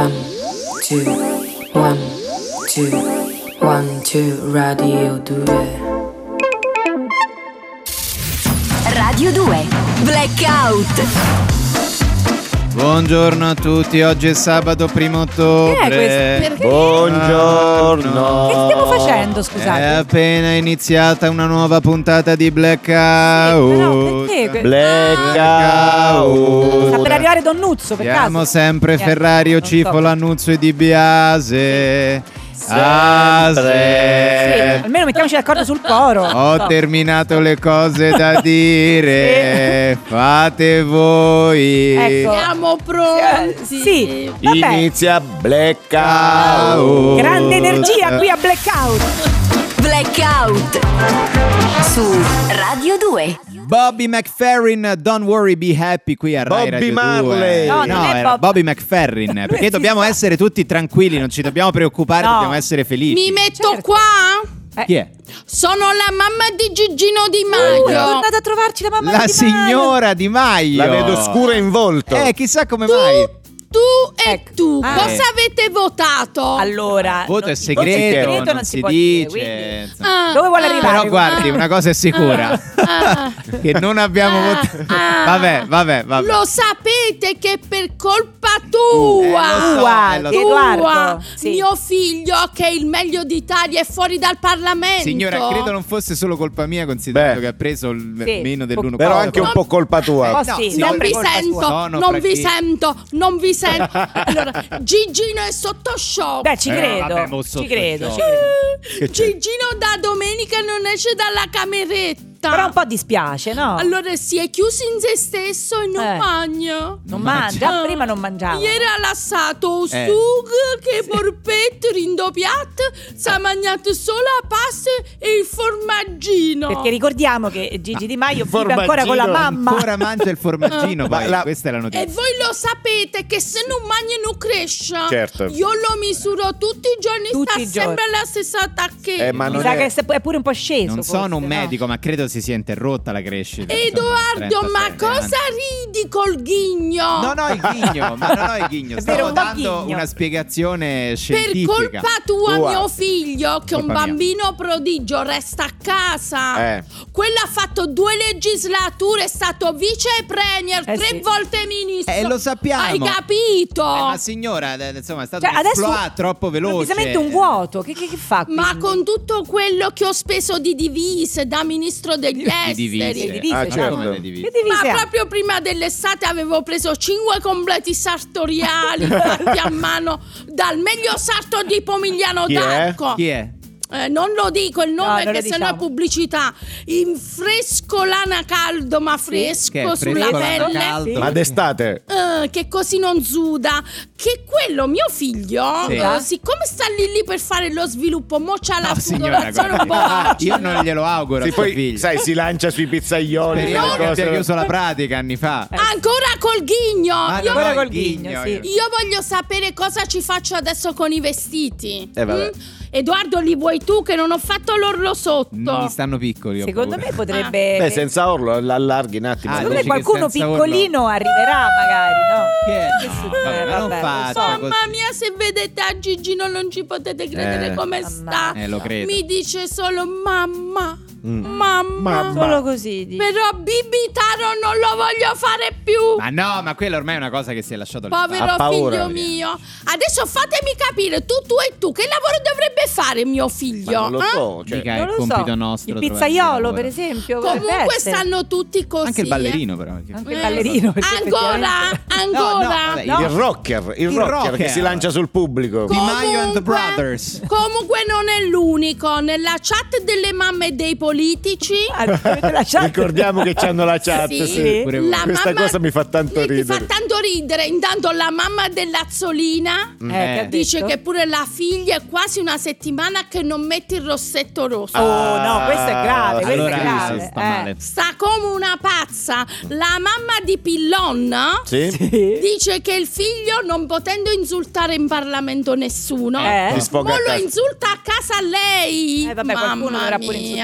1, 2, 1, 2, 1, 2, Radio 2. Radio 2 Blackout. Buongiorno a tutti, oggi è sabato 1 ottobre. Perché? Buongiorno. Che stiamo facendo, scusate? È appena iniziata una nuova puntata di Blackout. Sì, no, perché? Blackout. Sta per arrivare Don Nuzzo, per Siamo caso? sempre Ferrario, non Cifola, so. Nuzzo e Di Biase. Sì, almeno mettiamoci d'accordo sul coro. Ho terminato le cose da dire. Fate voi. Ecco. Siamo pronti. Sì, vabbè. Inizia Blackout. Grande energia qui a Blackout. Blackout su Radio 2. Bobby McFerrin, Don't Worry Be Happy qui a Rai Bobby Radio Marley. 2. No, non è era Bob- Bobby McFerrin, perché dobbiamo essere tutti tranquilli, non ci dobbiamo preoccupare, No. dobbiamo essere felici. Mi metto Certo. qua? Chi è? Sono la mamma di Gigino Di È Maio. tornata a trovarci la mamma La di signora Di Maio. La vedo scura in volto. Chissà come mai. Tu e Ecco. tu, Ah. cosa avete votato? Allora, Voto è non segreto, non si può dire, dice. quindi- insomma. Dove vuole arrivare? Però guardi, una cosa è sicura. Che non abbiamo votato. Vabbè. Lo sapete che per colpa tua, lo so, lo so. Edoardo, sì. mio figlio, che è il meglio d'Italia, è fuori dal Parlamento. Signora, credo non fosse solo colpa mia, considerando Beh. che ha preso il Sì, meno po- dell'1%. Però anche un po' colpa tua. Oh, no, sì, sì, Non sempre vi colpa sento, sua. No, non vi perché- sento, non vi sento. Allora, Gigino è sotto shock. Beh, ci credo, vabbè, mo sotto ci credo, shock. ci credo. Che c'è? Gigino da domenica non esce dalla cameretta. Però un po' dispiace, no? Allora si è chiuso in se stesso e non Eh. mangia. Non mangia, Ah. prima non mangiava. Ieri ha lasciato un Eh. sugo che porpetto rindoppiato, si è mangiato solo la pasta e il formaggino. Perché ricordiamo che Gigi Di Maio vive formaggino ancora con la mamma. Ancora mangia il formaggino, Ma poi. la- Questa è la notizia. E voi lo sapete che se non mangi non cresce. Certo. Io lo misuro tutti i giorni, Tutti sta i giorni. sempre alla stessa tacchetta. Ma Mi non sa è- che è pure un po' sceso. Non forse, sono un no? medico, ma credo si sia interrotta la crescita. Edoardo, ma 37 anni. cosa ridi col ghigno? Non ho il ghigno, ma non ho il ghigno. È Stavo vero, un po' dando ghigno. una spiegazione Per scientifica. colpa tua, Tua. mio figlio, che è un Colpa mia. bambino prodigio, resta a casa. Quello ha fatto 2 legislature, è stato vice premier, 3 sì. volte ministro. Lo sappiamo. Hai capito? Ma signora, insomma, è stato Cioè, un adesso exploit troppo veloce. improvvisamente un vuoto. Che fa? Ma quindi? con tutto quello che ho speso di divise da ministro degli Di esteri. divise. divise, Ah, no? certo. Come le divise? Che divise Ma ha? proprio prima dell'estate avevo preso 5 completi sartoriali fatti a mano dal meglio sarto di Pomigliano Chi è? d'Arco. Chi è? Non lo dico il nome, non lo che sennò è diciamo. pubblicità. In frescolana caldo, ma Che fresco è sulla frescolana pelle. caldo? Sì. Ma d'estate? Che così non suda. Che quello mio figlio, Sì. siccome sta lì per fare lo sviluppo, mo c'ha la No, signora, sudorazione un po' guarda, acida. io non glielo auguro Sì, a suo poi figlio. sai, si lancia sui pizzaioli. Speriamo quelle che abbia cose. chiuso la pratica anni fa. Ancora col ghigno. Ah, Io no, Ancora il col ghigno, sì. Io voglio sapere cosa ci faccio adesso con i vestiti. Vabbè. Edoardo, li vuoi tu che non ho fatto l'orlo sotto? Mi stanno piccoli. ho Secondo paura. me potrebbe. Beh, senza orlo allarghi un attimo. Ah, Secondo me dici che qualcuno senza piccolino arriverà, magari, no? Che è? Che No, succede? vabbè, ma non Vabbè, faccia Mamma così. mia, se vedete a Gigino non ci potete credere come Mamma. sta. Lo credo. Mi dice solo mamma. Mm. Mamma. Solo così. dici. Però Bibi Taro non lo voglio fare più. Ma no, ma quella ormai è una cosa che si è lasciato alle Povero Ha paura. figlio mio. Adesso fatemi capire, tu e tu, che lavoro dovrebbe fare mio figlio? Ma non lo eh? so. Cioè, Mica è Non il lo so. compito nostro. Il trovare pizzaiolo, lavoro. per esempio. potrebbe Comunque essere. stanno tutti così. Anche il ballerino, però. Anche il ballerino. perché Ancora, effettivamente- ancora. vabbè, No. Il rocker Il che rocker. si lancia sul pubblico. Di Maio and the Comunque- Brothers. Comunque non è l'unico. Nella chat delle mamme dei politici, Ah, avete lasciato- Ricordiamo che c'hanno la chat. Sì. Sì. Pure voi. la Questa mamma- cosa mi fa tanto mi ridere. fa tanto ridere. Intanto la mamma dell'Azzolina che ha dice detto? che pure la figlia è quasi una settimana che non mette il rossetto rosso. Oh no, questo è grave, questo Allora è grave. sta male. Sta come una pazza. La mamma di Pillon Sì? dice che il figlio, non potendo insultare in Parlamento nessuno, Eh? Si sfoga mo a lo casa. insulta a casa lei. Vabbè, qualcuno Mamma dovrà pure mia, insultare.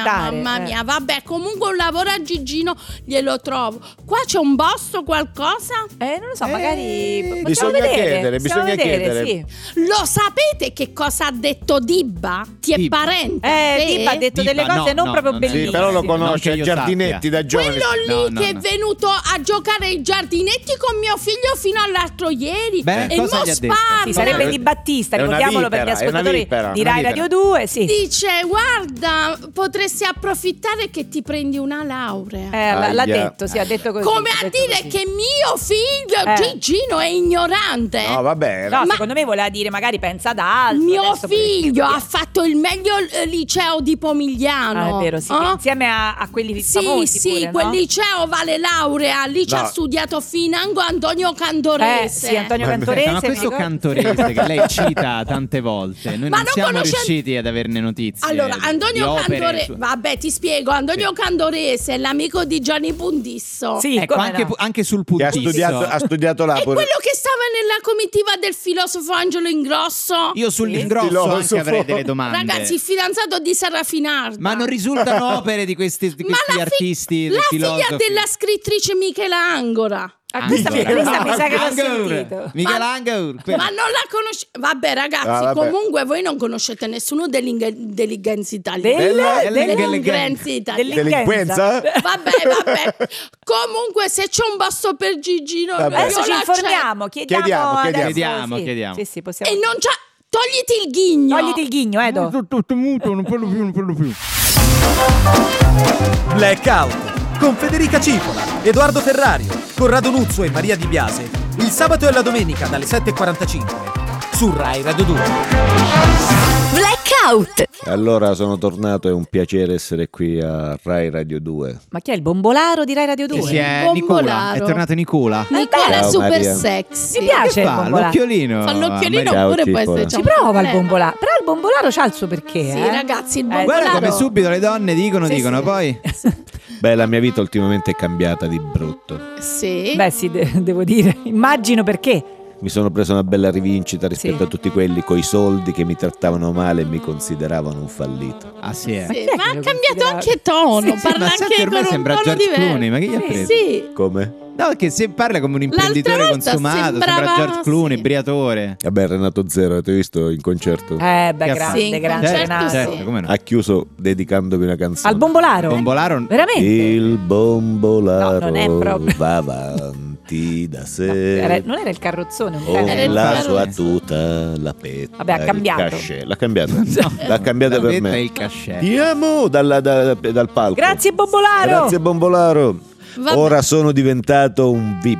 mamma mia, vabbè, comunque un lavoro a Gigino glielo trovo. Qua c'è un boss o qualcosa? Non lo so, magari bisogna chiedere, possiamo bisogna vedere, chiedere. sì. Lo sapete che cosa ha detto Dibba? Ti è Dibba. parente? a te? Dibba ha detto Dibba, delle cose no, non proprio no, bellissime. Sì, però lo Non conosce che a io Giardinetti da giovane. Quello lì No, che no. è venuto a giocare ai giardinetti con mio figlio fino all'altro ieri. Beh, e cosa mo gli ha detto? spara. Sì, sarebbe Di Battista, È una ricordiamolo per gli vipera, è una ascoltatori vipera, di una Rai vipera. Radio 2, sì. Dice, guarda, potresti approfittare che ti prendi una laurea. L'ha Aia. detto, sì, ha detto così. Come ha a detto dire così. che mio figlio Gigino è ignorante. No, vabbè. No, Ma- secondo me voleva dire magari pensa ad altro. Mio adesso figlio ha fatto il meglio liceo di Pomigliano. è vero, sì, Eh? insieme a quelli Sì, famosi sì, pure, quel no? liceo vale laurea, lì ci ha No. studiato financo Antonio Cantorese. Sì, Antonio Vabbè. Cantorese. Ma mi questo ricordo. Cantorese che lei cita tante volte, noi Ma non non siamo conosce- riusciti ad averne notizie. Allora, di Antonio opere Cantorese, su- vabbè, ti spiego. Antonio Cantorese è l'amico di Gianni Pundisso. Sì, Ecco, come anche, no. anche sul Che puntisso. ha studiato là È pure. quello che stava nella comitiva del filosofo Angelo Ingrosso. Io sull'ingrosso anche Filosofo. avrei delle domande. Ragazzi, il fidanzato di Sara Finarda. Ma non risultano opere di questi Ma la artisti, la filosofi? figlia della scrittrice Michela Angora. Ah, questa mi sa che l'ho sentito. Michelangelo. Ma non la conosci? Vabbè, ragazzi, Ah, vabbè. comunque voi non conoscete nessuno dell'intelligenza italiana. Dell'intelligenza italiana. Delinquenza? Vabbè. Comunque, se c'è un basto per Gigino, Vabbè. io Adesso ci l'accetto. informiamo, chiediamo. Chiediamo, adesso, chiediamo. sì. Chiediamo. Sì, possiamo. E non c'ha. Togliti il ghigno. Togliti il ghigno, Edo. Tutto muto, non parlo più. Blackout con Federica Cipola, Edoardo Ferrario, Corrado Nuzzo e Maria Di Biase, il sabato e la domenica dalle 7:45 su Rai Radio 2. Blackout. Allora sono tornato, è un piacere essere qui a Rai Radio 2. Ma chi è il bombolaro di Rai Radio 2? Sì, è Bombolaro. Nicola, è tornato Nicola. Nicola Ciao, super Maria. sexy. Mi piace il Fa bombolaro. l'occhiolino. Fa l'occhiolino Ciao, oppure può Cipolla. essere. Ci prova il bombolaro. Però il bombolaro c'ha il suo perché. Sì, ragazzi, il Guarda bombolaro. come subito le donne dicono, Sì, sì. poi. Beh, la mia vita ultimamente è cambiata di brutto. Sì. Beh, sì, devo dire. Immagino perché. Mi sono preso una bella rivincita rispetto Sì. a tutti quelli coi soldi che mi trattavano male e mi consideravano un fallito. Ah sì, Sì, chi è ma che ha lo cambiato considera- anche tono, parla ma senti, anche ormai con un sembra tono George diverso. Clooney, ma che gli ha preso? Sì. Come? No, che se parla come un imprenditore L'altra volta consumato, sembra sembrava- George Clooney, sì. briatore. Vabbè, Renato Zero, ti ho visto in concerto? Beh, Che ha grande, Sì, grande certo, Renato. sì. come no? Ha chiuso dedicandomi una canzone. Al bombolaro? Bombolaro. Veramente? Il bombolaro No, non è proprio- va avanti da No, sé. non era il carrozzone, un Con pezzo. Era il la carro- sua tuta, la petta, Vabbè, ha cambiato. il cachet. L'ha cambiata. L'ha cambiata La per vetta me. e il cachet. Ti amo dal palco. Grazie bombolaro. Grazie bombolaro. Vabbè. Ora sono diventato un VIP.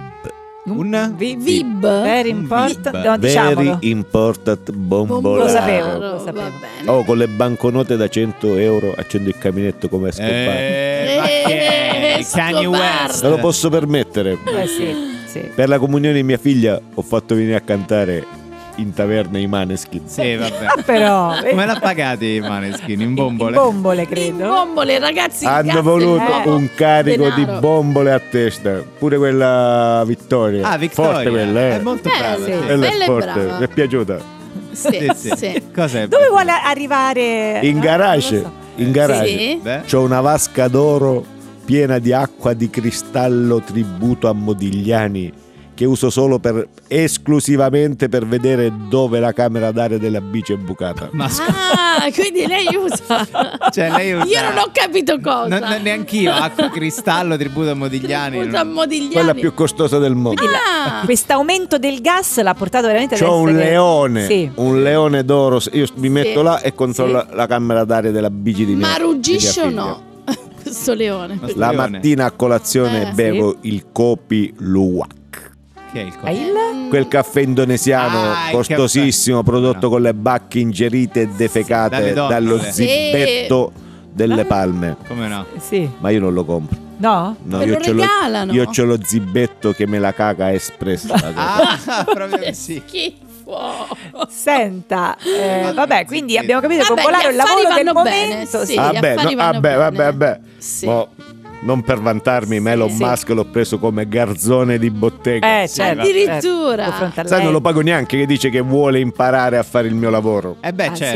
Un Vib. Very important. Vib. No, diciamolo. Very important bombolaro. Lo sapevo. Va bene. Oh, con le banconote da 100 euro accendo il caminetto come Escobar. Ma che è? Kanye Escobar. West. Me lo posso permettere. Sì. Per la comunione di mia figlia ho fatto venire a cantare in taverna i Maneskin. Sì, vabbè. Ah, però. Come l'ha pagati i Maneskin? In bombole? In bombole, In credo. bombole, ragazzi. Hanno cazzo, voluto il un carico di denaro. bombole a testa. Pure quella Vittoria. Ah, Victoria. Forte quella, È molto brava. Sì. sì. Quella bella è e forte. brava. Mi è piaciuta. Sì, Sì. sì. Cos'è? Dove vuole arrivare? In No, garage. non lo so. In garage. Sì. Beh. C'ho una vasca d'oro piena di acqua di cristallo tributo a Modigliani che uso solo esclusivamente per vedere dove la camera d'aria della bici è bucata. Ma Ah, quindi lei usa. cioè, lei usa- Io non ho capito cosa. neanch'io. Acqua cristallo, tributo a Modigliani. Usa non- Modigliani. Quella più costosa del mondo. Ah, Quest'aumento del gas l'ha portato veramente ad C'ho un essere- leone, Sì. un leone d'oro. Io mi metto là e controllo la camera d'aria della bici di mia ma di mia ruggisce o figlia. no? Questo leone. Questo La leone. mattina a colazione Sì. bevo il Kopi Luwak. Che è il Ah, il? Quel caffè indonesiano Ah, il costosissimo, caffè. prodotto No. con le bacche ingerite e defecate Dalle donne. dallo Sì. zibbetto delle palme. Come no? Sì. Ma io non lo compro. No? No, Te lo regalano. io c'ho lo zibbetto che me la caga espressa. Ah, proprio sì. Schifo. Senta, vabbè, quindi abbiamo capito che Vabbè, popolare è il gli affari lavoro del vanno bene, momento. sì. Sì. gli affari vanno bene. Sì. Mo, non per vantarmi, ma Elon sì. Musk l'ho preso come garzone di bottega. Certo, Addirittura. certo. Di fronte a Sai, lei. non lo pago neanche che dice che vuole imparare a fare il mio lavoro. Eh beh, Ah, certo. sì.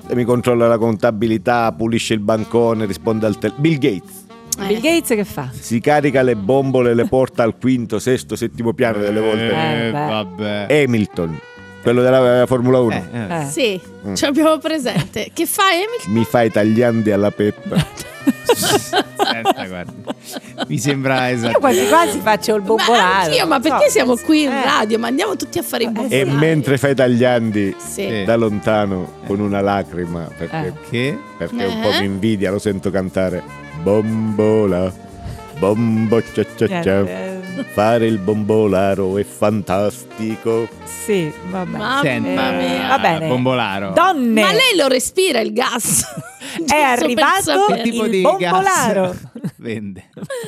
mi controlla la contabilità, pulisce il bancone, risponde al telefono. Bill Gates Bill Gates che fa? si carica le bombole e le porta al quinto, sesto, settimo piano delle volte. beh. Vabbè. Hamilton, quello della Formula 1. Sì, ci abbiamo presente. Che fa Emil? Mi fa i tagliandi alla peppa. Senta, guarda. Mi sembra esatto. Io quasi quasi faccio il Ma bombolare. anch'io, ma non so, perché siamo qui in eh. radio? Ma andiamo tutti a fare i E bombolari. mentre fa i tagliandi Sì. da lontano con una lacrima perché Che? un po' mi invidia, lo sento cantare bombola, bombo cia cia cia. Fare il bombolaro è fantastico. Sì, vabbè. Mamma Senta, mia. va bene. Bombolaro. Donne, Ma lei lo respira il gas? Giusto è per arrivato sapere. Tipo il di bombolaro. gas vende.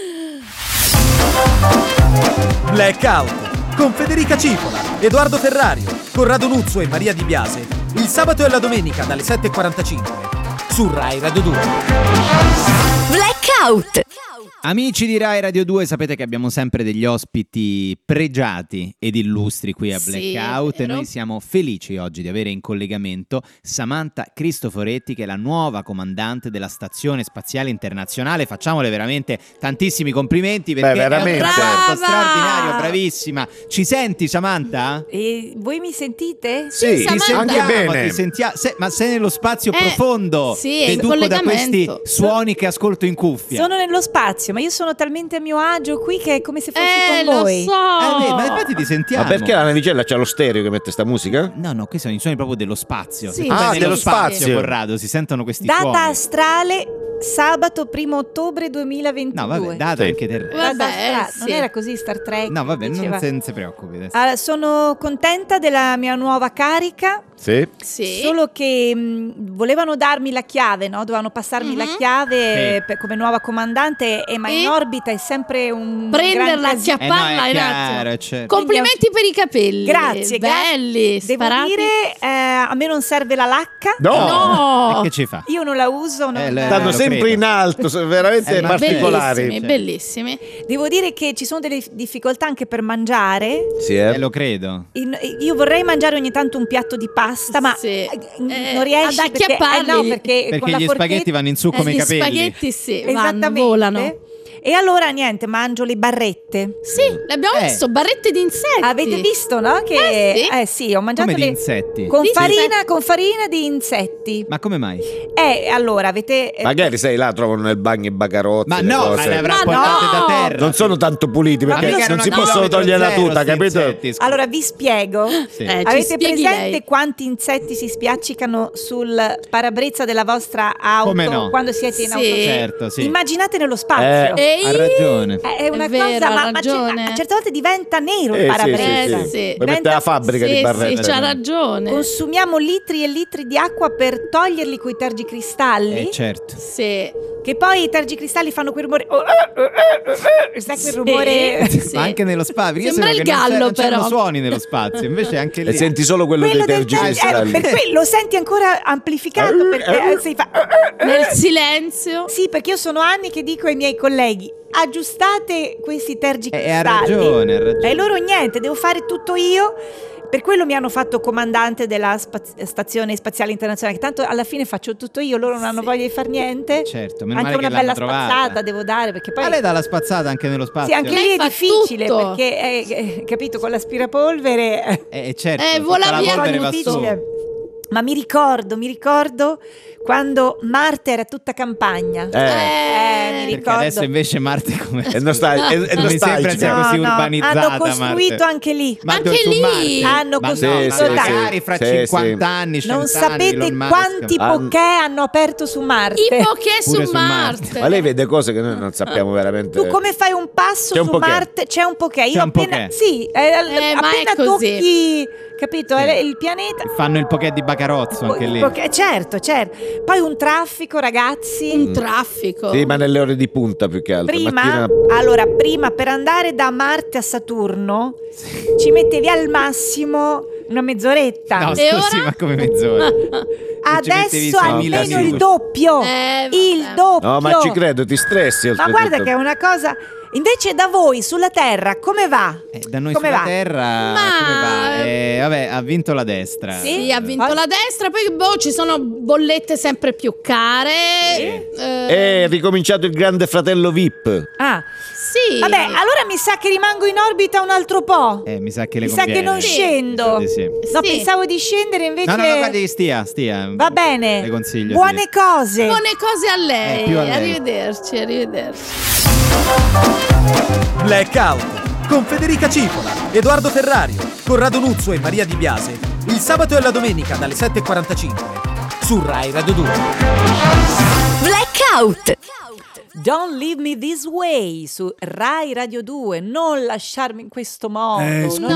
Blackout con Federica Cipola, Edoardo Ferrario, Corrado Nuzzo e Maria Di Biase. Il sabato e la domenica dalle 7:45 su Rai Radio 2. Blackout. Amici di Rai Radio 2, sapete che abbiamo sempre degli ospiti pregiati ed illustri qui a Sì, Blackout e vero. noi siamo felici oggi di avere in collegamento Samantha Cristoforetti, che è la nuova comandante della Stazione Spaziale Internazionale. Facciamole veramente tantissimi complimenti perché veramente. è un traguardo Brava! straordinario, bravissima. Ci senti, Samantha? E voi mi sentite? Sì, Samantha. anche Sentiamo, bene. ma sei nello spazio profondo. sì, è in Deduco da questi collegamento. suoni che ascolto in cuffia. Sono nello spazio, ma io sono talmente a mio agio qui che è come se fossi con Lo voi. so. Ma infatti ti sentiamo. Ma perché la navicella c'ha lo stereo che mette sta musica? No, questi sono i suoni proprio dello spazio. Sì. Se tu Ah, vai nello dello spazio, spazio. Corrado, si sentono questi Data suoni. astrale sabato 1 ottobre 2022. No, vabbè, data Sì. anche te. Vabbè, Data astrale. sì. Non era così Star Trek? No, vabbè, diceva. non si preoccupi adesso. Allora, sono contenta della mia nuova carica. Sì. Sì. Solo che volevano darmi la chiave, no? Dovevano passarmi la chiave Sì. come nuova comandante, ma in E? orbita è sempre un Prenderla, gran casino. acchiapparla no, è in chiaro, attimo. certo. Complimenti per i capelli. Grazie, belli, Devo sparati. dire, a me non serve la lacca. No. E che ci fa? Io non la uso. Non, Stanno lo sempre credo. in alto, sono veramente ma particolari. Bellissimi, bellissimi. Devo dire che ci sono delle difficoltà anche per mangiare. Sì, Lo credo. Io vorrei mangiare ogni tanto un piatto di pasta, ma Sì. non riesci ad perché, acchiapparli. no, perché con Perché la gli forchetta- spaghetti vanno in su come i Gli capelli. spaghetti sì, vanno, Esattamente. volano. E allora niente, mangio le barrette. Sì, l'abbiamo visto, barrette di insetti. Avete visto, no? Che sì, ho mangiato Come di le insetti. con Di farina di insetti. Ma come mai? Allora avete magari sei là, trovano nel bagno i bagarozzi. Ma le no, cose. ma le avrà Ma portate no! da terra. Non sono tanto puliti Ma perché mica non si sono- possono no, togliere la zero tuta, sti capito? insetti, scusa. Allora vi spiego. Sì. Ci Avete spieghi presente lei. quanti insetti si spiaccicano sul parabrezza della vostra auto Come no? quando siete in Sì. auto? Certo, sì. Immaginate nello spazio. Ehi! Ha ragione. È una È vero, cosa, ha ma ragione. a certe volte diventa nero il Sì, parabrezza. sì. Sì. Poi mette la fabbrica di Sì, barrette. sì, c'ha ragione. Consumiamo litri e litri di acqua per toglierli coi tergicristalli. Certo. Sì. Che poi i tergicristalli fanno quel rumore. Sai quel Sì. rumore? Sì. Ma anche nello spazio. Io Sembra sapevo il che non c'è- gallo, non c'erano però. suoni nello spazio. Invece anche lì. E senti solo quello Quello dei del tergicristalli. per cui lo senti ancora amplificato perché si fa. Nel silenzio. Sì, perché io sono anni che dico ai miei colleghi: aggiustate questi tergicristalli. ha ragione, ha ragione. E loro niente, devo fare tutto io. Per quello mi hanno fatto comandante della Stazione Spaziale Internazionale, che tanto alla fine faccio tutto io, loro non hanno voglia di far niente. Certo, meno Anche male una che bella l'hanno trovata. spazzata devo dare, perché poi Ma lei dà la spazzata anche nello spazio? sì, anche Lei lì è fa difficile, tutto. perché capito, con l'aspirapolvere Certo, vola tutta la via polvere è va tutto. su. difficile. Ma mi ricordo quando Marte era tutta campagna. Mi Perché ricordo. adesso invece Marte come È nostalgica. non mi sembra sia così urbanizzata. hanno costruito Marte. anche lì. Ma Anche su lì. Marte? Hanno Ma costruito no, sì, magari sì, fra sì, 50 anni, 100 Non anni, sapete Elon Musk. quanti poké hanno aperto su Marte. I poké Pure su su Marte. Marte. Ma lei vede cose che noi non sappiamo veramente. Tu come fai un passo C'è un su poké. Marte? C'è un poké. Io C'è un appena poké. sì, ma è appena così. tocchi, capito, il pianeta. Fanno il poké di Baccarozzo anche lì. Certo. Poi un traffico, ragazzi. Un traffico. Sì, ma nelle ore di punta più che altro. Mattina- Prima per andare da Marte a Saturno ci mettevi al massimo una mezz'oretta. No, E scusi, ora? ma come mezz'ora? Adesso almeno almeno il doppio. Il doppio. No, ma ci credo, ti stressi. Ma guarda che è una cosa. Invece da voi sulla Terra come va? Da noi Come sulla va? terra come va? Vabbè, ha vinto la destra. Sì, ha vinto la destra, poi ci sono bollette sempre più care. È ricominciato il Grande Fratello VIP. Ah, Sì. vabbè, allora mi sa che rimango in orbita un altro po'. Mi sa che le Mi sa che conviene. non scendo. Sì. No, Sì. pensavo di scendere invece. No, guardi, stia. Va bene. Le consiglio. Buone cose. Buone cose a lei. Più a lei. Arrivederci. Blackout con Federica Cipola, Edoardo Ferrario, Corrado Nuzzo e Maria Di Biase. Il sabato e la domenica dalle 7:45 su Rai Radio 2. Blackout. Don't leave me this way su Rai Radio 2. Non lasciarmi in questo modo.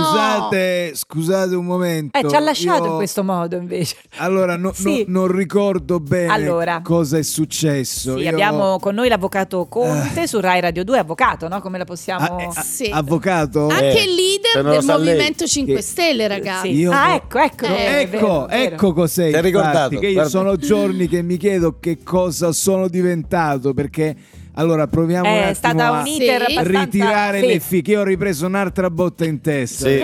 Scusate un momento. Ci ha lasciato Io- in questo modo invece. Allora, Sì. non ricordo bene Allora. cosa è successo. Sì, Io- abbiamo con noi l'avvocato Conte su Rai Radio 2, avvocato, no? Come la possiamo... Sì. Avvocato? Anche il se leader non lo del sa lei. Movimento 5 Stelle, ragazzi. Sì. Io- ecco. è vero. Ecco cos'è. Ti hai infatti, ricordato? che io Guarda. sono giorni che mi chiedo che cosa sono diventato, perché allora proviamo un È attimo stata a un iter Sì. abbastanza... ritirare sì. le che io ho ripreso un'altra botta in testa. Sì.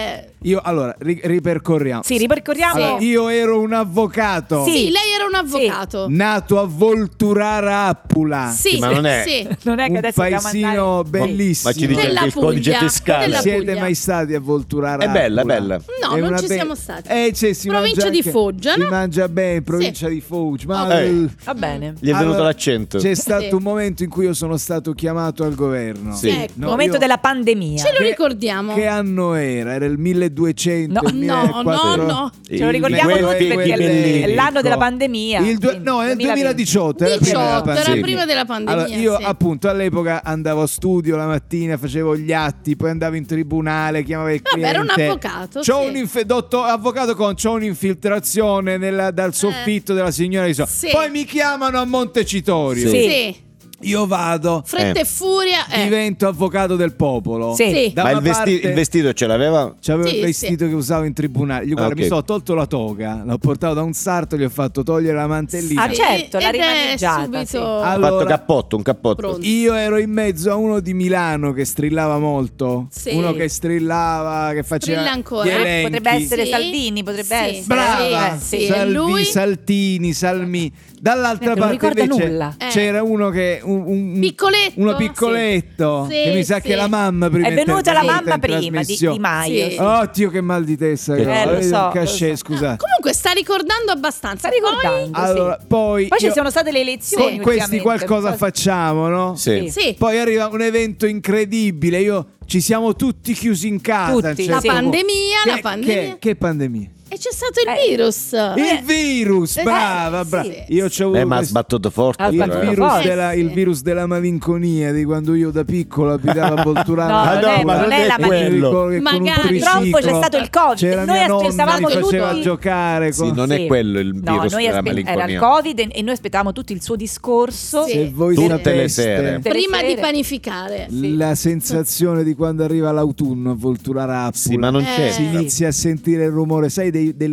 Allora, ripercorriamo. Sì, ripercorriamo. Allora, io ero un avvocato Sì. Sì, lei era un avvocato. nato a Volturara Appula. Sì, ma non è- sì. Non è che Un adesso dobbiamo paesino andare... bellissimo. Ma ci dice Della anche il codice Puglia, fiscale. della Siete Puglia. mai stati a Volturara? È bella, è Appula? bella. No, È non una ci be- siamo stati. Si Provincia mangia di anche- Foggia, Si no? mangia bene, provincia Sì. di Foggia. Ma Va bene. Gli è venuto Allora, l'accento. c'è stato Sì. un momento in cui io sono stato chiamato al governo. Sì. Ecco. No, Il momento io- della pandemia. Ce lo Che- ricordiamo. Che anno era? Era il 1200, No, il 1400? no. Ce lo ricordiamo Quei tutti perché bellini. è l'anno della pandemia. No, è il 2018. Era prima della 18, era pandemia. prima della pandemia. Allora, io sì. appunto all'epoca andavo a studio la mattina, facevo gli atti, poi andavo in tribunale, chiamavo il Vabbè, cliente. era un avvocato, C'ho sì. avvocato c'ho un'infiltrazione dal soffitto della signora di Sì. Poi mi chiamano a Montecitorio. Sì. Sì. Io vado, Fretta e furia. divento avvocato del popolo. Sì. Sì. Da Ma una il, parte- il vestito ce l'aveva? C'avevo Sì, il vestito che usavo in tribunale. Io, guarda, ok. mi sono tolto la toga, l'ho portato da un sarto, gli ho fatto togliere la mantellina. Ah, certo, l'ha ed è rimaneggiata, subito sì. Ha Allora- fatto cappotto, un cappotto. Pronto. Io ero in mezzo a uno di Milano che strillava molto. Sì. Uno che strillava, che faceva Strilla ancora. gli elenchi. Potrebbe essere Sì. Salvini, potrebbe Sì. essere. Brava, Sì, sì. Salvi, Lui- Saltini, Salmi. Dall'altra Non parte ricorda invece nulla. c'era uno che Piccoletto. uno piccoletto Sì. che mi sa Sì, che sì. la mamma prima È venuta la in mamma prima di trasmissione. Maio. Sì. Oh Dio, che mal di testa che ho. lo Vedi so, un cachet, lo so. scusate. Comunque sta ricordando abbastanza. Sta ricordando. Allora, sì. poi Poi ci io- sono state le elezioni. con questi ultimamente, qualcosa non so se- facciamo, no? Sì. Poi, sì. Poi arriva un evento incredibile. Ci siamo tutti chiusi in casa. Tutti, a un sì. certo La punto. pandemia, la pandemia. Che pandemia? E c'è stato il virus. Il virus, brava, brava. sì. Io c'ho avuto Ma ha questo- sbattuto forte. Ha il sbattuto però, virus, forte. della, il Sì. virus della malinconia di quando io da piccolo abitavo a Volturano. No, Ah, no, ma non è la quello. Magari. Purtroppo c'è stato il Covid. C'era Noi mia nonna aspettavamo che faceva tutti. giocare con... Sì, non è quello il No, virus noi della era il malinconia. Covid e noi aspettavamo tutti il suo discorso. Sì. Se voi Tutte sapeste le sere. Tutte le Prima di sere. panificare. la sensazione di quando arriva l'autunno a Volturara Appula. Sì, ma non c'è. si inizia a sentire il rumore, sai,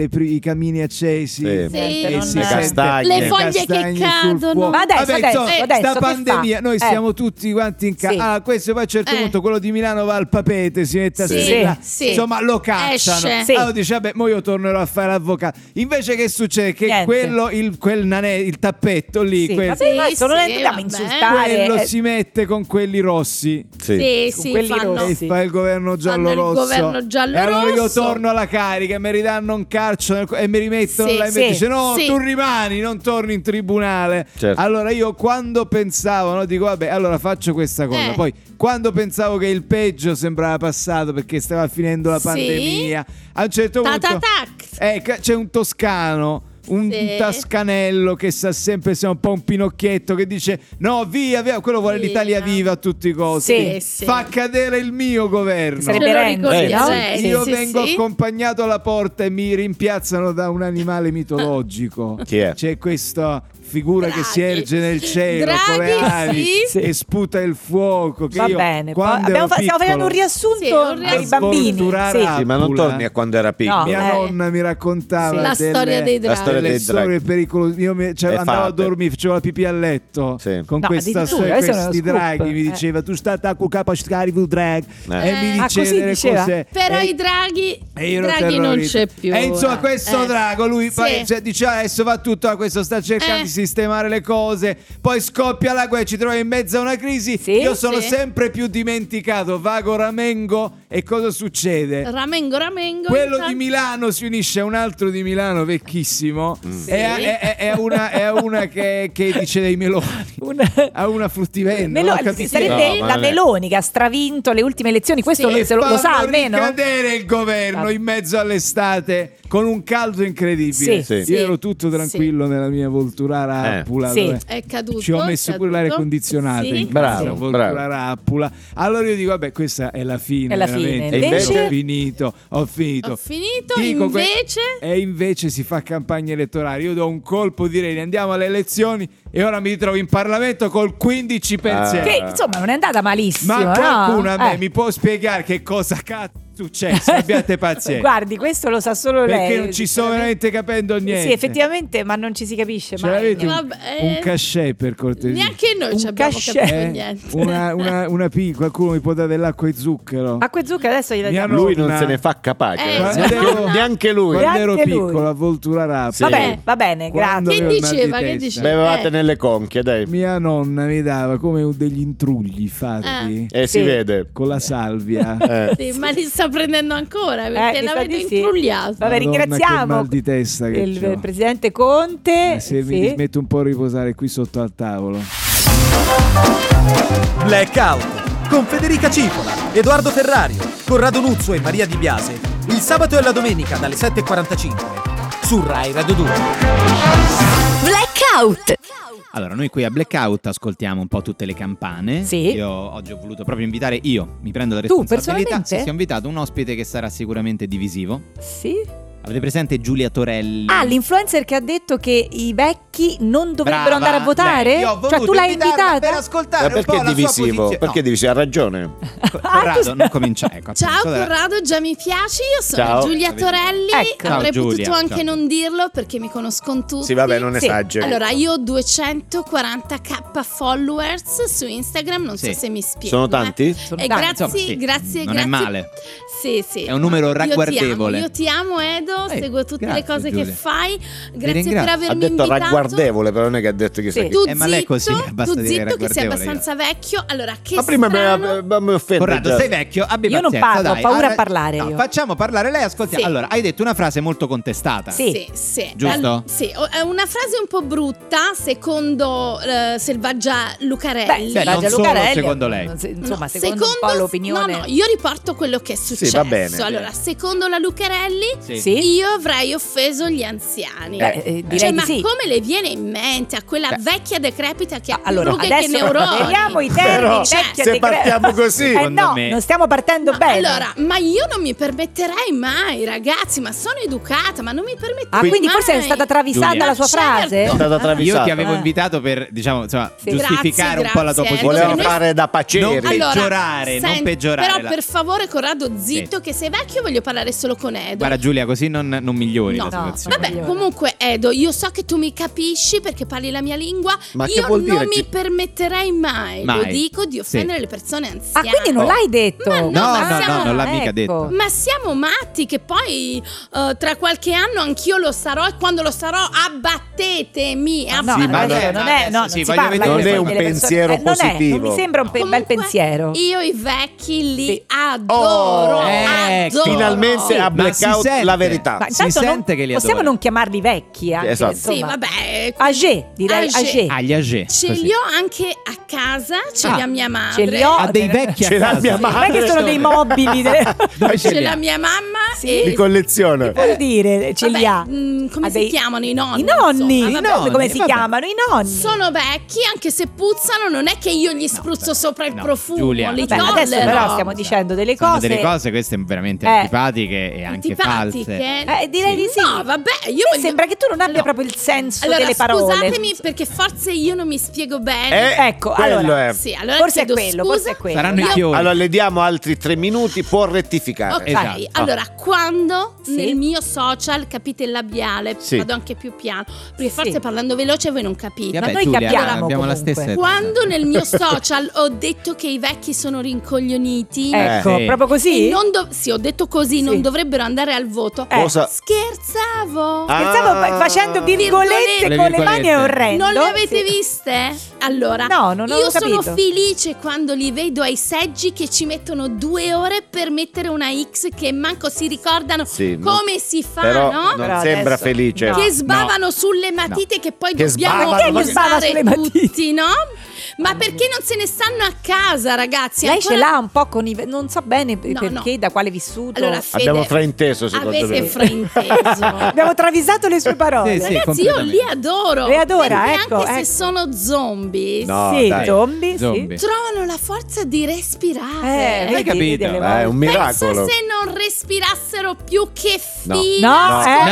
i camini accesi. Sì. Sì. E Non- si Le sente castagne. Le foglie che castagne sul cadono. fuoco. Ma adesso, Vabbè, adesso, insomma, adesso, sta che pandemia, fa? noi stiamo tutti quanti in casa. Sì. Ah, questo poi a un certo punto quello di Milano va al papete, si mette a Sì, strillare. sì. Insomma, lo cacciano. Esce. Sì. Allora dice, vabbè, mo io tornerò a fare l'avvocato. Invece che succede? Che Niente. quello, il tappetto lì, Sì, quel- vabbè, adesso non sì, dobbiamo vabbè. insultare. quello si mette con quelli rossi. Sì. Sì, Con sì, quelli fanno. rossi. E Sì. fa il governo giallo-rosso. Fanno il governo E allora io giallo-rosso. torno alla carica e mi ridanno un calcio e mi rimettono Sì, là e sì, mi dice no, sì. tu rimani, non torni in tribunale. Certo. Allora io quando pensavo, no, dico vabbè, allora faccio questa cosa. Poi quando pensavo che il peggio sembrava passato perché stava finendo la Sì. pandemia, a un certo punto Ta-ta-tac. c'è un toscano. Un Sì. tascanello che sa sempre, sia un po' un pinocchietto che dice no, via, via, quello vuole Via. l'Italia viva a tutti i costi. Sì, sì. Fa cadere il mio governo. Sarebbe Ce lo Renzi, ricordiamo. no? Sì, Io sì, vengo sì. accompagnato alla porta e mi rimpiazzano da un animale mitologico. Chi è? C'è questa figura Draghi. che si erge nel cielo Draghi, con le ali sì. e sputa il fuoco. Che Va io, bene, poi quando stiamo ero facendo piccolo, un riassunto Sì, un per i riassunto. bambini. Svolturare Sì. Sì, ma non Appula. torni a quando era piccolo. No. Mia nonna mi raccontava La storia dei La draghi. storia storia dei storia draghi. è pericolosa. Io andavo a fate. dormire, facevo la pipì a letto Sì. con No, questa addirittura, storia, questo è uno questi scoop. draghi. Mi diceva tu stai a capacitare il drag e mi Ah, dice così delle diceva? cose. Però e- i draghi, e io ero draghi non terrorizzato. c'è più. E insomma questo drago lui Sì. cioè, dice adesso va tutto a questo, sta cercando di sistemare le cose, poi scoppia la guerra, ci troviamo in mezzo a una crisi. Sì. Io sono Sì. sempre più dimenticato, vago ramengo e cosa succede? Ramengo. Quello intanto- di Milano si unisce a un altro di Milano vecchissimo è una che dice dei meloni, a una fruttivendolo. non capisco. sarebbe No, ma la non è- Meloni che ha stravinto le ultime elezioni. Questo Sì. lo sa Fanno almeno. ricadere il governo in mezzo all'estate con un caldo incredibile. Sì. Sì. Io ero tutto tranquillo nella mia volturara Appula. Sì. dove È caduto. ci ho messo pure l'aria condizionata Sì. in Bravo, casa, volturara Appula. Allora io dico vabbè, questa è la fine, È la fine. veramente. E invece- Ho finito. Ho finito, Dico invece... E invece si fa campagna elettorale. Io do un colpo, direi andiamo alle elezioni e ora mi ritrovo in Parlamento col 15%. Che insomma non è andata malissimo. Ma qualcuno no? a me mi può spiegare che cosa cazzo è successo? Abbiate pazienza. Guardi, questo lo sa solo lei. Perché non ci sto veramente capendo niente. Sì, effettivamente, ma non ci si capisce Ce mai. l'avete Vabbè. un cachet per cortesia? Neanche noi Un ci abbiamo cachet. capito niente. Una qualcuno mi può dare dell'acqua e zucchero? Acqua e zucchero adesso gliela Mia diamo. Lui non nonna- se ne fa capace. Quando Neanche- ero- Neanche lui. Quando ero Neanche lui. piccolo a Volturara Sì. Vabbè, va bene, Quando grazie. Che avevo il mal di diceva? Che testa. diceva? Bevevate nelle conchie, dai. Mia nonna mi dava come degli intrugli fatti E si Sì. vede. con la salvia. Sì, ma li sta prendendo ancora perché mi sa l'avete di sì. intrugliato. Madonna, Vabbè, che ringraziamo mal di testa che il c'ho. presidente Conte. Se sì. mi metto un po' a riposare qui sotto al tavolo. Blackout con Federica Cipola, Edoardo Ferrario, Corrado Nuzzo e Maria Di Biase. Il sabato e la domenica dalle 7:45 su Rai Radio 2. Blackout. Allora, noi qui a Blackout ascoltiamo un po' tutte le campane. Sì. Io oggi ho voluto proprio invitare, mi prendo la Tu, responsabilità. personalmente? Sì, ho invitato un ospite che sarà sicuramente divisivo. Sì. Avete presente Giulia Torelli? Ah, l'influencer che ha detto che i vecchi non dovrebbero Brava, andare a votare? lei. Io ho Cioè voluto tu l'hai invitarla invitata? per ascoltare Ma un perché po' è la sua divisivo? posizione. Perché è divisivo? Ha ragione. Corrado, non comincia. Ecco, Ciao appunto, Corrado, già mi piaci, io sono Ciao. Giulia Torelli, Ecco. avrei Ciao, Giulia. potuto anche Ciao. non dirlo perché mi conoscono tutti. Sì, vabbè, non Sì. esageri. Allora, io ho 240k followers su Instagram, non Sì. so se mi spiego. Sono tanti? Sono E tanti. grazie, Insomma, sì, grazie, non grazie. è male. Sì, sì. È un numero Io ragguardevole. Io ti amo Edo, seguo tutte le grazie, cose Giulia. che fai. Grazie ringrazio. per Ha avermi detto invitato. ragguardevole, però non è che ha detto chissà Sì. chi. Tu ma lei è così, zitto, basta tu dire zitto che sei ragguardevole, abbastanza vecchio. Allora, che Ma prima strano. mi offende. Corrado, già. sei vecchio, abbi Io non pazienza, parlo, ho dai. paura a Ah, parlare no, io. facciamo parlare lei, ascoltiamo. Sì. Allora, hai detto una frase molto contestata. Sì. Sì. Giusto? Sì, è una frase un po' brutta, secondo Selvaggia Lucarelli. Beh, non Selvaggia solo Lucarelli, secondo lei. Insomma, No, secondo un po' l'opinione. No, io riporto quello che è successo. va bene. Allora, secondo la Lucarelli, Sì. io avrei offeso gli anziani. direi Cioè, di ma sì. come le viene in mente a quella vecchia decrepita che ha più Allora, rughe che adesso neuroni? vediamo i Però, termini cioè, vecchia se decrepita. partiamo così, secondo no, me- non stiamo partendo No, bene. allora, ma io non mi permetterei mai, ragazzi, ma sono educata, ma non mi permetterei Ah, quindi mai. forse è stata travisata Giulia. la sua Certo. frase? è stata Io travisata. ti avevo invitato per, diciamo, insomma, Sì. giustificare un po' la tua Grazie, posizione. Voleva Noi- fare da paceri. Non peggiorare, non senti, peggiorare Però la- per favore, Corrado, zitto, Sì. che sei vecchio, voglio parlare solo con Edo. Guarda Giulia, così non migliori No. la situazione. No. Vabbè, Migliore. comunque Edo, io so che tu mi capisci perché parli la mia lingua. Ma che io vuol non dire? mi permetterei mai, Mai. lo dico, di offendere Sì. le persone Ah, anziane. quindi non l'hai detto? Ma No, ma no, siamo- no, non l'ha mica ecco. detto. Ma siamo matti che poi tra qualche anno anch'io lo sarò e quando lo sarò abbattetemi. No, Sì, ma adesso no, non adesso è, no, non sì, si voglio parla vedere- così Non è un delle persone. pensiero Non positivo. non mi sembra un bel Comunque, pensiero. Io i vecchi li Sì. adoro. ecco. adoro. Finalmente a Ma si Blackout sente. la verità. Ma Si intanto sente che li possiamo adora. non chiamarli vecchi anche, Esatto. Sì, insomma. vabbè. Âgé, direi Âgé. âgé. Agli agè. Ce li ho anche a casa, ce li ha mia madre. Ce li ho. Ha dei vecchi a Ce l'ha casa. mia Non è madre. che sono dei mobili. Dove ce Ce li l'ha ha? mia mamma Sì. Di e collezione. Vuol dire, ce li ha. come Ha si dei- chiamano i nonni? I nonni. insomma, I vabbè. nonni, Come si vabbè. chiamano? I nonni. Sono vecchi, anche se puzzano, non è che io gli spruzzo sopra il no, profumo, Giulia. li Vabbè, adesso tollero. però stiamo dicendo delle Sono cose. delle cose queste veramente Eh. antipatiche e anche Antipatiche? false. perché? Direi di sì. No, vabbè, io Mi sembra che tu non abbia proprio il senso delle parole. Scusatemi perché forse io non mi spiego bene. Ecco, allora, Sì, allora forse è chiedo quello, scusa. forse è quello. Saranno i Dai. fiori. Allora le diamo altri 3 minuti, può rettificare. Ok, Esatto. allora quando Sì. nel mio social, capite il labiale, Sì. vado anche più piano, perché forse Sì. parlando veloce voi non capite. Vabbè, noi Giulia, capiamo abbiamo la comunque. stessa età. Quando nel mio social ho detto che i vecchi sono rincoglioniti, Ecco, Sì. proprio così? e sì, ho detto così, Sì. non dovrebbero andare al voto. Cosa? Scherzavo. Stavo facendo virgolette Le con le mani, è virgolette. orrendo. Non le avete Sì. viste? Allora, No, non ho io sono capito. felice quando li vedo ai seggi che ci mettono 2 ore per mettere una X che manco si ricordano Sì, come si fa, Però no? non Però sembra adesso- felice. no. Che sbavano sulle matite che poi Che dobbiamo sbavano? Ma chi è che sbava usare sulle matite? tutti, no? Ma perché non se ne stanno a casa, ragazzi? Lei Ancora- ce l'ha un po' con non so bene perché, no. da quale vissuto. Allora, Fede, Abbiamo frainteso, secondo avete me. frainteso. Abbiamo travisato le sue parole. Sì, sì. Ragazzi, io li completamente. adoro. Le adora, perché ecco, anche ecco. se sono zombie, No, Sì, dai. zombie, Zombie. trovano la forza di respirare. Hai vedi, capito? delle È un volte. miracolo. Pensa se non respirassero più che No. fila. No, scorrevole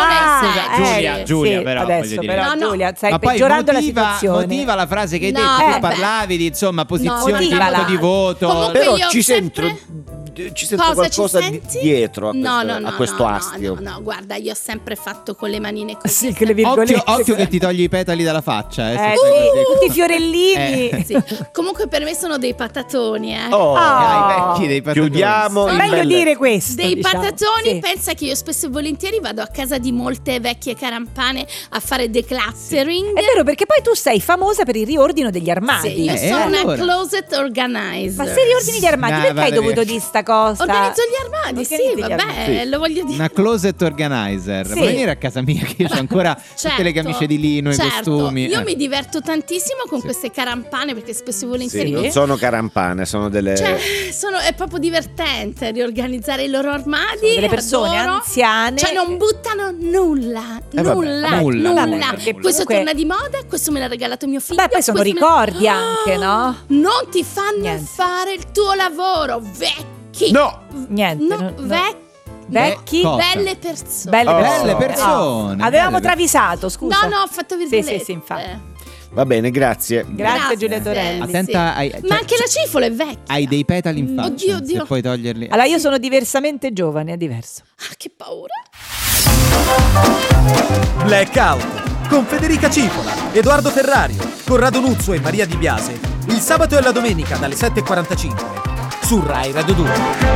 No, serie. Giulia, sì, però, adesso voglio dire. però No, no. Giulia, stai Ma poi peggiorando la motiva situazione. la frase che hai No, detto. Tu vabbè. parlavi di insomma posizioni, motivala. diritto di voto. Comunque Però io ci sempre- sento Cosa qualcosa ci senti? dietro a No, questo, no, no, a questo no, astio. No, guarda, io ho sempre fatto con le manine così. Sì, che le virgolette. Occhio che ti togli i petali dalla faccia. Se fai sì, così. tutti i fiorellini. Sì. Comunque per me sono dei patatoni, Oh, I vecchi dei patagoni. chiudiamo il Meglio bel- dire questo. Dei diciamo. patatoni, Sì. pensa che io spesso e volentieri vado a casa di molte vecchie carampane a fare decluttering. È vero, perché poi tu sei famosa per il riordino degli armadi. Sì, io sono allora? una closet organizer. Ma se riordini gli armadi, Dai, perché hai vada dovuto via. dire sta cosa? Organizzo gli armadi, Organizzi sì, gli vabbè, armadi. lo voglio dire. Una closet organizer. Sì. Vuoi venire a casa mia che io ho ancora tutte le camicie di lino, i certo. costumi. Io mi diverto tantissimo con queste carampane perché spesso e Sì, volentieri non sono carampane, sono delle... Cioè, è proprio divertente riorganizzare i loro armadi. Delle persone adoro. anziane. Cioè, non buttano nulla. vabbè, nulla. Vabbè, perché Questo comunque- torna di moda, questo me l'ha regalato mio figlio. Beh, poi sono questo me ricordi l'ha- anche, no? Non ti fanno Niente. fare il tuo lavoro, vecchi. No! Niente. No, no. vecchi, Cosa? belle persone. Belle Oh. persone. Belle persone. Avevamo Belle travisato, scusa. No, no, ho fatto virgolette. Sì, infatti. Va bene, grazie. Grazie Giulia Torelli. Attenta ai- Ma cioè, anche la cipola è vecchia. Hai dei petali in faccia. Oddio, oddio. Se puoi toglierli. Allora io sono diversamente giovane, è diverso. Ah, che paura. Blackout con Federica Cipola, Edoardo Ferrario, Corrado Nuzzo e Maria Di Biase. Il sabato e la domenica dalle 7:45 su Rai Radio 2.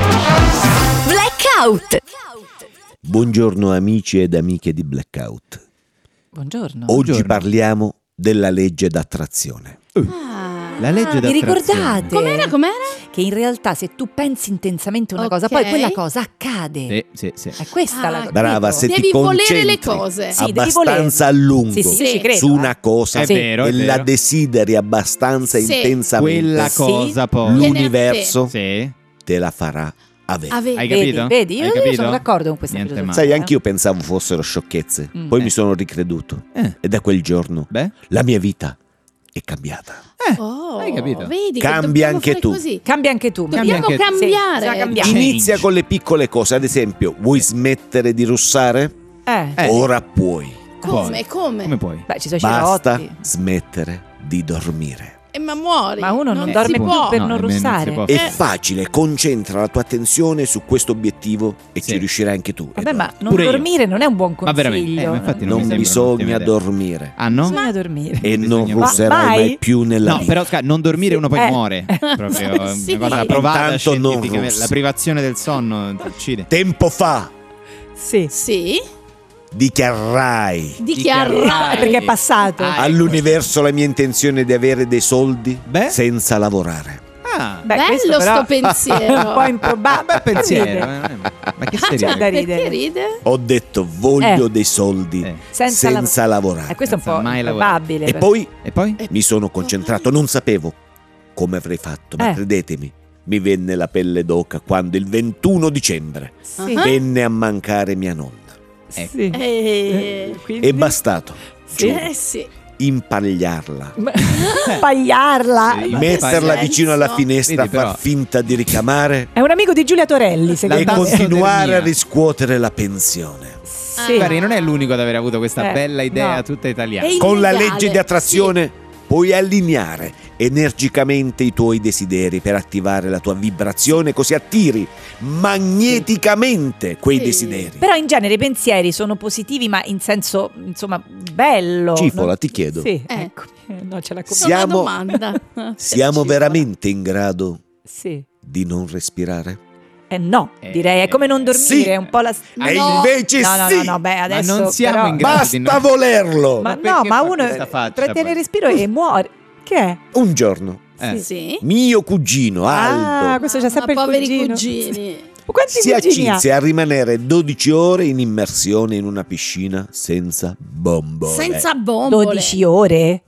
Blackout. Buongiorno amici ed amiche di Blackout. Buongiorno. Oggi parliamo della legge d'attrazione. La legge Vi d'attrazione. ricordate? Com'era? Che in realtà se tu pensi intensamente una cosa, Ok. poi quella cosa accade. Sì. È questa la cosa. Brava, se Devi ti volere concentri le cose. Sì, devi abbastanza a lungo Sì, sì, ci credo, su una cosa È vero, e è la vero. desideri abbastanza Sì. intensamente, Quella Sì. cosa poi. Viene a l'universo Sì. te la farà avere. Hai Vedi. capito? Vedi, io Hai capito? sono d'accordo con questa Niente filosofia. male. Sai, anch'io pensavo fossero sciocchezze, poi mi sono ricreduto e da quel giorno Beh. la mia vita è cambiata. Oh, hai capito? Vedi che Cambia dobbiamo anche fare tu. Così. Cambia anche tu. Cambia Dobbiamo anche tu. cambiare. Sì, bisogna cambiare. Inizia con le piccole cose, ad esempio, vuoi smettere di russare? Ora puoi. Come? Come puoi? Beh, ci sono Basta cerotti. smettere di dormire. Ma muori. Ma uno non si dorme più può. per No, non nemmeno russare. si può. È facile, concentra la tua attenzione su questo obiettivo e Sì. ci riuscirai anche tu. Vabbè, ma non Pure io. dormire non è un buon Ma veramente, consiglio. ma infatti Non mi sembra bisogna un'ottima idea. dormire Ah no? Bisogna dormire. e non Bisogna- russerai Ma mai mai? più nella No, vita. però non dormire uno poi Eh. muore. Proprio Sì. una cosa Ma provata intanto non scientificamente. russi. La privazione del sonno ti uccide. Tempo fa Sì. Sì. dichiarai Dichiarare. Perché è passato. Ah, all'universo la mia intenzione di avere dei soldi Beh. senza lavorare. Ah, Beh, Bello questo però sto pensiero. è un po' improbabile. bel pensiero. Ride. Ma che C'è serio? da ridere. Perché ride? Ho detto voglio dei soldi senza lavorare. Questo è un po' Senza mai lavorare. improbabile. E poi E poi? mi sono concentrato, non sapevo come avrei fatto, ma credetemi, mi venne la pelle d'oca quando il 21 dicembre Sì. venne a mancare mia nonna. Sì. Eh, Quindi? È bastato. Sì. sì. impagliarla, Pagliarla. Sì. metterla senso? vicino alla finestra, Vedi, però- far finta di ricamare È un amico di Giulia Torelli, e secondo me. continuare a Tassidermia. riscuotere la pensione. Sì. Guardi, non è l'unico ad aver avuto questa Eh, bella idea no. tutta italiana. E Con la illegale, legge di attrazione puoi allineare energicamente i tuoi desideri per attivare la tua vibrazione, così attiri magneticamente quei Sì. desideri. Però in genere i pensieri sono positivi, ma in senso, insomma, bello. Cifola, No? ti chiedo. Sì, Eh. ecco. No, ce l'ha come. Sono una Siamo- domanda. Siamo veramente in grado Sì. di non respirare? No, direi, è come non dormire, sì. è un po' la... E No. invece No, sì! no, beh, adesso non siamo però- in grado. Basta volerlo! Ma perché no, ma fa uno questa faccia, trattiene il poi? respiro e muore. Che è? Un giorno, Sì. mio cugino Ah, Aldo questo c'è sempre Ma il poveri cugino. cugini. Quanti si cugini ha? accinse a rimanere 12 ore in immersione in una piscina senza bombole. Senza bombole. 12 ore?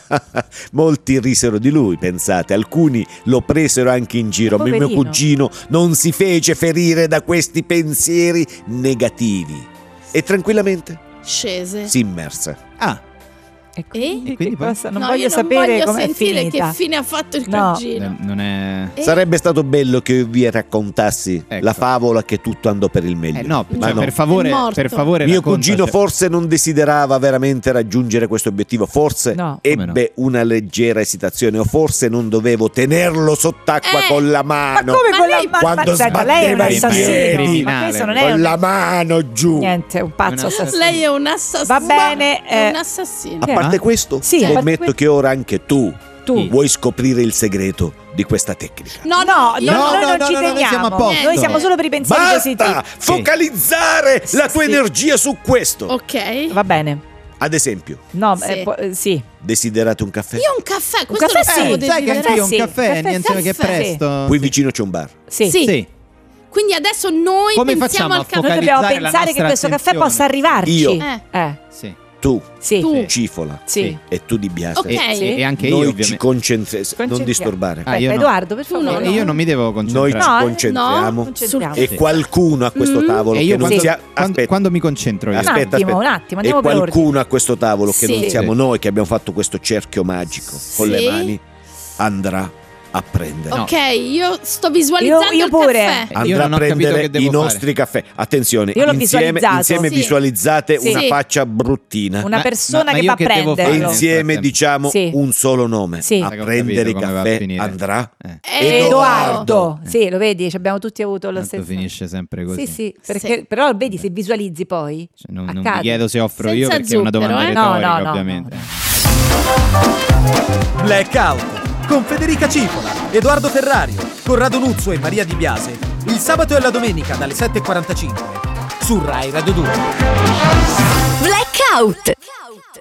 Molti risero di lui, pensate, alcuni lo presero anche in giro, ma il mio Poverino. cugino non si fece ferire da questi pensieri negativi e tranquillamente Scese. si immerse. Ah, Ecco, E? che quindi poi? cosa? Non No, voglio io sapere voglio com'è sentire finita. che fine ha fatto il No. cugino. non è... Sarebbe stato bello che io vi raccontassi Ecco. la favola che tutto andò per il meglio. no, ma cioè, no. per favore, È morto. Mio racconta, cugino cioè- forse non desiderava veramente raggiungere questo obiettivo, forse No. Come ebbe una leggera esitazione, o forse non dovevo tenerlo sott'acqua con la Ma mano. come Ma con la lei- mano? Quando Aspetta, lei è un sbatteva i assassino. piedi. Ma questo non è Con un... la mano giù. Niente, è un pazzo assassino. Lei è un assassino. Va bene, È un assassino. A parte questo, Sì, a parte scommetto questo- che ora anche tu Tu. vuoi scoprire il segreto di questa tecnica. No, No, io no, noi no, non no, ci no, noi teniamo. siamo a posto. Noi siamo solo per i pensieri positivi. Basta focalizzare la tua Sì. energia su questo. Ok. Va bene. Ad esempio, No, Sì. sì. desiderate un caffè? Io un caffè, questo caffè lo sì. stavo sai che desiderando. anche io un sì, caffè, caffè, niente che caffè. presto. Qui vicino c'è un bar. Sì. Sì. Sì. Quindi adesso noi Come pensiamo facciamo al a caffè. Noi dobbiamo focalizzare la pensare che nostra questo caffè attenzione? possa arrivarci. Io. Sì. Tu, Sì. Tu. Cifola, Sì. e tu Di Biase. Ok. E anche Noi io, ci ovviamente. concentriamo. Non Concentriamo. disturbare. Ah, io Aspetta, no. Edoardo, per Tu no, favore. E io non mi devo Noi concentrare. ci No, concentriamo. concentriamo. E qualcuno a questo tavolo E che io non quando, sia. quando- Aspetta. quando mi concentro io. Un attimo, un attimo, E andiamo per qualcuno a questo tavolo che Sì. non siamo Sì. noi che abbiamo fatto questo cerchio magico con le Sì. mani andrà a prendere. Ok, io sto visualizzando Io il pure. caffè. Io Andrà non a ho capito prendere che devo i fare. nostri caffè. Attenzione, Io l'ho insieme visualizzato. Sì. visualizzate Sì. una Sì. faccia bruttina. Una Ma- persona ma che io va a che devo E fare? prenderlo. insieme Nel frattempo. diciamo Sì. un solo nome. Sì. A Ho prendere i capito come va a caffè finire. andrà Edoardo. Sì, lo vedi, ci abbiamo tutti avuto lo Tanto stesso. finisce sempre così. Sì, sì, perché però vedi se visualizzi poi Cioè, non vi accade. chiedo se offro io Senza perché è una domanda zucchero, No, retorica, no, no, ovviamente. Blackout con Federica Cipola, Edoardo Ferrario, Corrado Nuzzo e Maria Di Biase. Il sabato e la domenica dalle 7:45 su Rai Radio 2. Blackout.